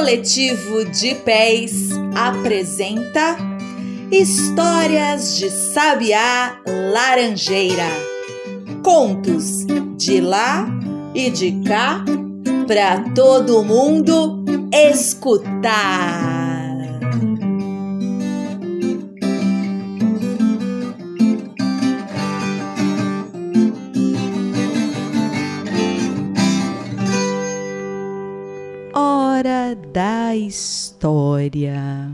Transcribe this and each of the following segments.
Coletivo de Pés apresenta Histórias de Sabiá Laranjeira. Contos de lá e de cá para todo mundo escutar. Hora da história.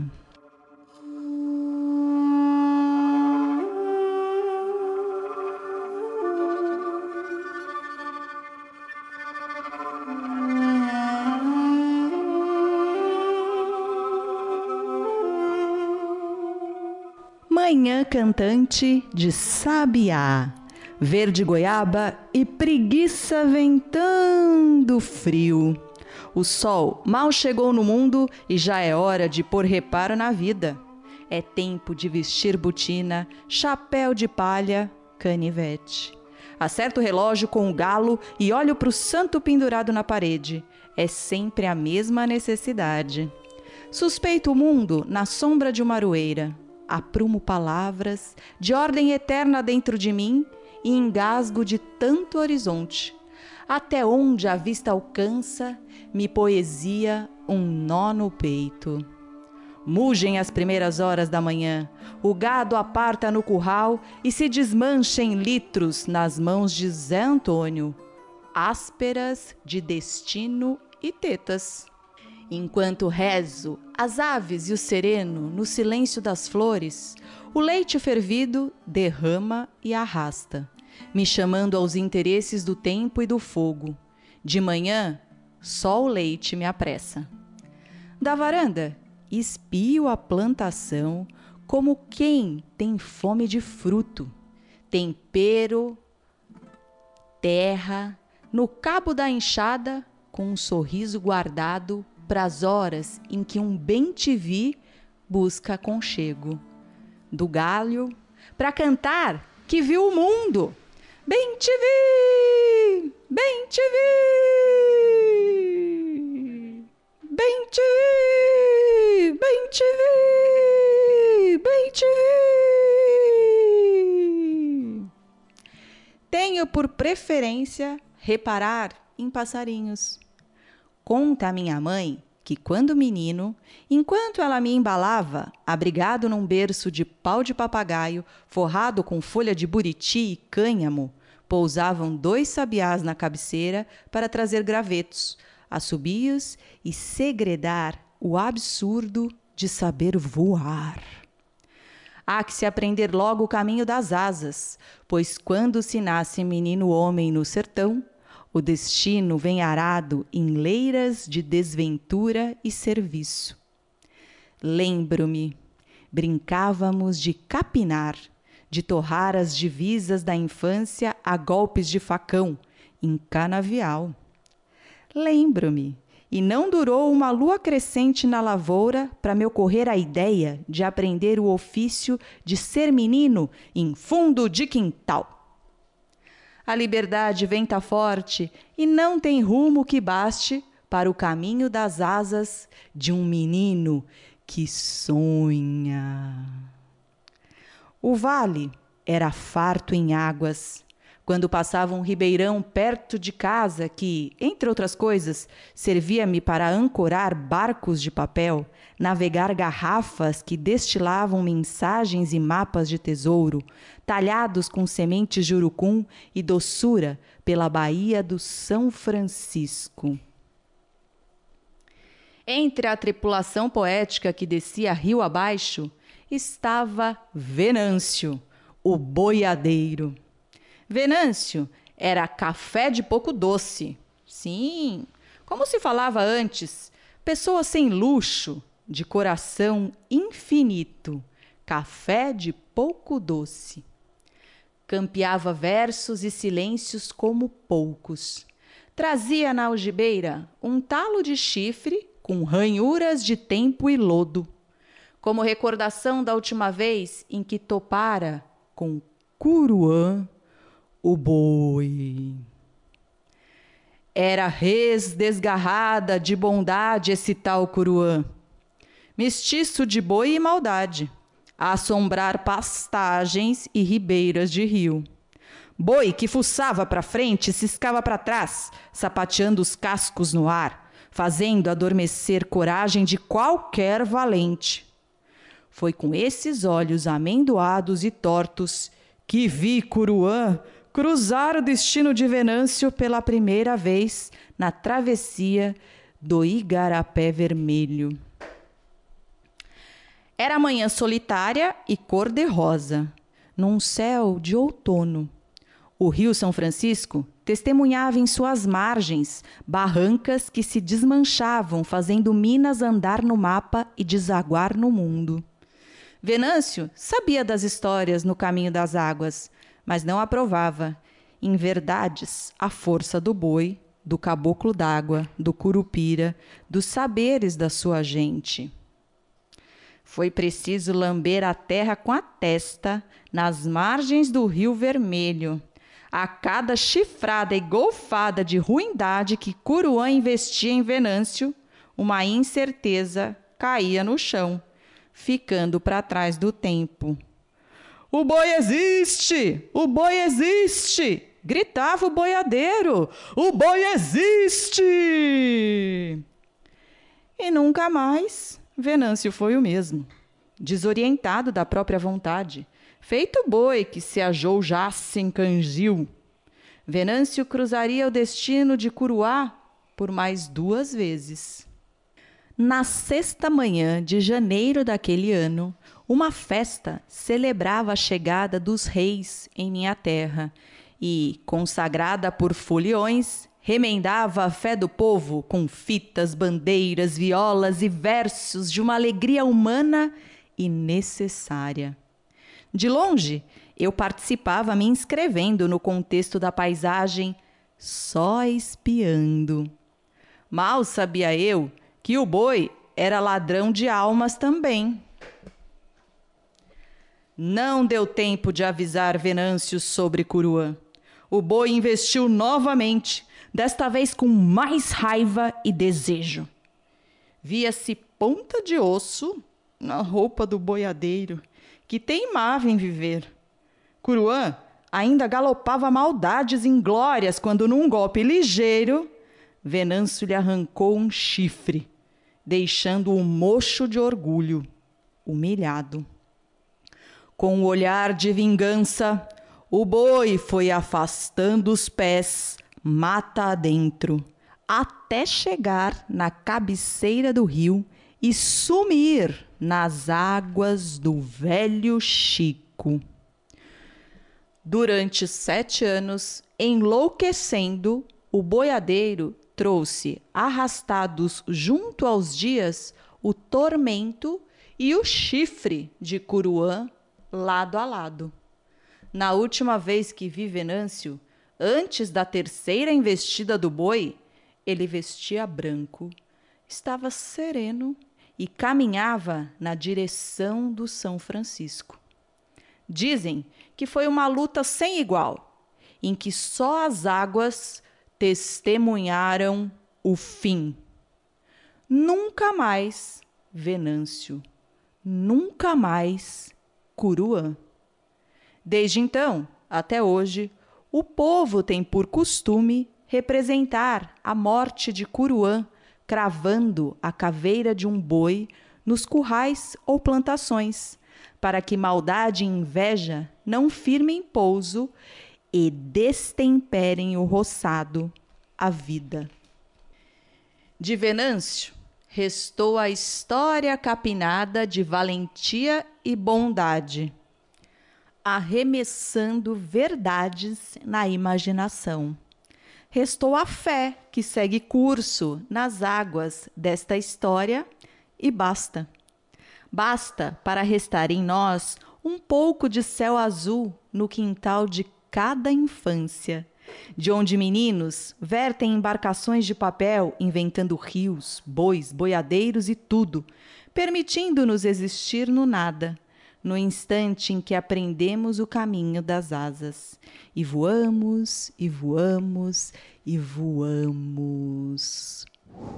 Manhã cantante de sabiá, verde goiaba e preguiça ventando frio. O sol mal chegou no mundo e já é hora de pôr reparo na vida. É tempo de vestir botina, chapéu de palha, canivete. Acerto o relógio com o galo e olho para o santo pendurado na parede. É sempre a mesma necessidade. Suspeito o mundo na sombra de uma aroeira. Aprumo palavras de ordem eterna dentro de mim e engasgo de tanto horizonte. Até onde a vista alcança, me poesia um nó no peito. Mugem as primeiras horas da manhã, o gado aparta no curral e se desmancha em litros nas mãos de Zé Antônio, ásperas de destino e tetas. Enquanto rezo as aves e o sereno no silêncio das flores, o leite fervido derrama e arrasta, me chamando aos interesses do tempo e do fogo. De manhã, só o leite me apressa. Da varanda, espio a plantação como quem tem fome de fruto. Tempero, terra, no cabo da enxada, com um sorriso guardado pras horas em que um bem-te-vi busca aconchego. Do galho, pra cantar que viu o mundo. Bem-te-vi, bem-te-vi, bem-te-vi, bem-te-vi, bem-te-vi. Tenho por preferência reparar em passarinhos. Conta a minha mãe que quando menino, enquanto ela me embalava, abrigado num berço de pau de papagaio, forrado com folha de buriti e cânhamo, pousavam 2 sabiás na cabeceira para trazer gravetos, assobios e segredar o absurdo de saber voar. Há que se aprender logo o caminho das asas, pois quando se nasce menino homem no sertão, o destino vem arado em leiras de desventura e serviço. Lembro-me, brincávamos de capinar, de torrar as divisas da infância a golpes de facão, em canavial. Lembro-me, e não durou uma lua crescente na lavoura para me ocorrer a ideia de aprender o ofício de ser menino em fundo de quintal. A liberdade venta forte e não tem rumo que baste para o caminho das asas de um menino que sonha. O vale era farto em águas. Quando passava um ribeirão perto de casa que, entre outras coisas, servia-me para ancorar barcos de papel, navegar garrafas que destilavam mensagens e mapas de tesouro, talhados com sementes de urucum e doçura pela Baía do São Francisco. Entre a tripulação poética que descia rio abaixo, estava Venâncio, o boiadeiro. Venâncio era café de pouco doce. Sim, como se falava antes, pessoa sem luxo, de coração infinito, café de pouco doce. Campeava versos e silêncios como poucos. Trazia na algibeira um talo de chifre com ranhuras de tempo e lodo, como recordação da última vez em que topara com Curuã o boi. Era res desgarrada de bondade esse tal Curuã, mestiço de boi e maldade, a assombrar pastagens e ribeiras de rio. Boi que fuçava para frente e ciscava para trás, sapateando os cascos no ar, fazendo adormecer coragem de qualquer valente. Foi com esses olhos amendoados e tortos que vi Curuã cruzar o destino de Venâncio pela primeira vez na travessia do Igarapé Vermelho. Era manhã solitária e cor-de-rosa, num céu de outono. O rio São Francisco testemunhava em suas margens barrancas que se desmanchavam, fazendo Minas andar no mapa e desaguar no mundo. Venâncio sabia das histórias no caminho das águas, mas não aprovava, em verdades, a força do boi, do caboclo d'água, do curupira, dos saberes da sua gente. Foi preciso lamber a terra com a testa nas margens do Rio Vermelho. A cada chifrada e golfada de ruindade que Curuã investia em Venâncio, uma incerteza caía no chão, ficando para trás do tempo. "O boi existe! O boi existe!" gritava o boiadeiro. "O boi existe!" E nunca mais Venâncio foi o mesmo, desorientado da própria vontade, feito boi que se ajoujasse em canjil. Venâncio cruzaria o destino de Curuá por mais 2 vezes. Na 6ª manhã de janeiro daquele ano, uma festa celebrava a chegada dos reis em minha terra e, consagrada por foliões, remendava a fé do povo com fitas, bandeiras, violas e versos de uma alegria humana e necessária. De longe, eu participava me inscrevendo no contexto da paisagem, só espiando. Mal sabia eu que o boi era ladrão de almas também. Não deu tempo de avisar Venâncio sobre Curuã. O boi investiu novamente, desta vez com mais raiva e desejo. Via-se ponta de osso na roupa do boiadeiro, que teimava em viver. Curuã ainda galopava maldades inglórias quando, num golpe ligeiro, Venâncio lhe arrancou um chifre, deixando-o mocho de orgulho, humilhado. Com o olhar de vingança, o boi foi afastando os pés, mata adentro, até chegar na cabeceira do rio e sumir nas águas do velho Chico. Durante 7 anos, enlouquecendo, o boiadeiro trouxe, arrastados junto aos dias, o tormento e o chifre de Curuã lado a lado. Na última vez que vi Venâncio, antes da 3ª investida do boi, ele vestia branco, estava sereno e caminhava na direção do São Francisco. Dizem que foi uma luta sem igual, em que só as águas testemunharam o fim. Nunca mais Venâncio, nunca mais Curuã. Desde então, até hoje, o povo tem por costume representar a morte de Curuã, cravando a caveira de um boi nos currais ou plantações, para que maldade e inveja não firmem pouso e destemperem o roçado, a vida. De Venâncio, restou a história capinada de valentia e bondade, arremessando verdades na imaginação. Restou a fé que segue curso nas águas desta história e basta. Basta para restar em nós um pouco de céu azul no quintal de cada infância, de onde meninos vertem embarcações de papel inventando rios, bois, boiadeiros e tudo, permitindo-nos existir no nada, no instante em que aprendemos o caminho das asas. E voamos, e voamos, e voamos.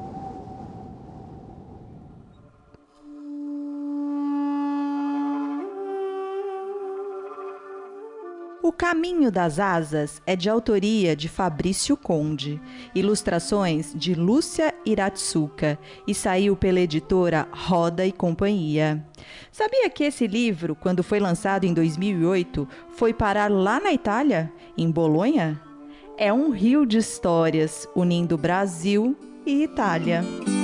O Caminho das Asas é de autoria de Fabrício Conde, ilustrações de Lúcia Iratsuka e saiu pela editora Roda e Companhia. Sabia que esse livro, quando foi lançado em 2008, foi parar lá na Itália, em Bolonha? É um rio de histórias unindo Brasil e Itália.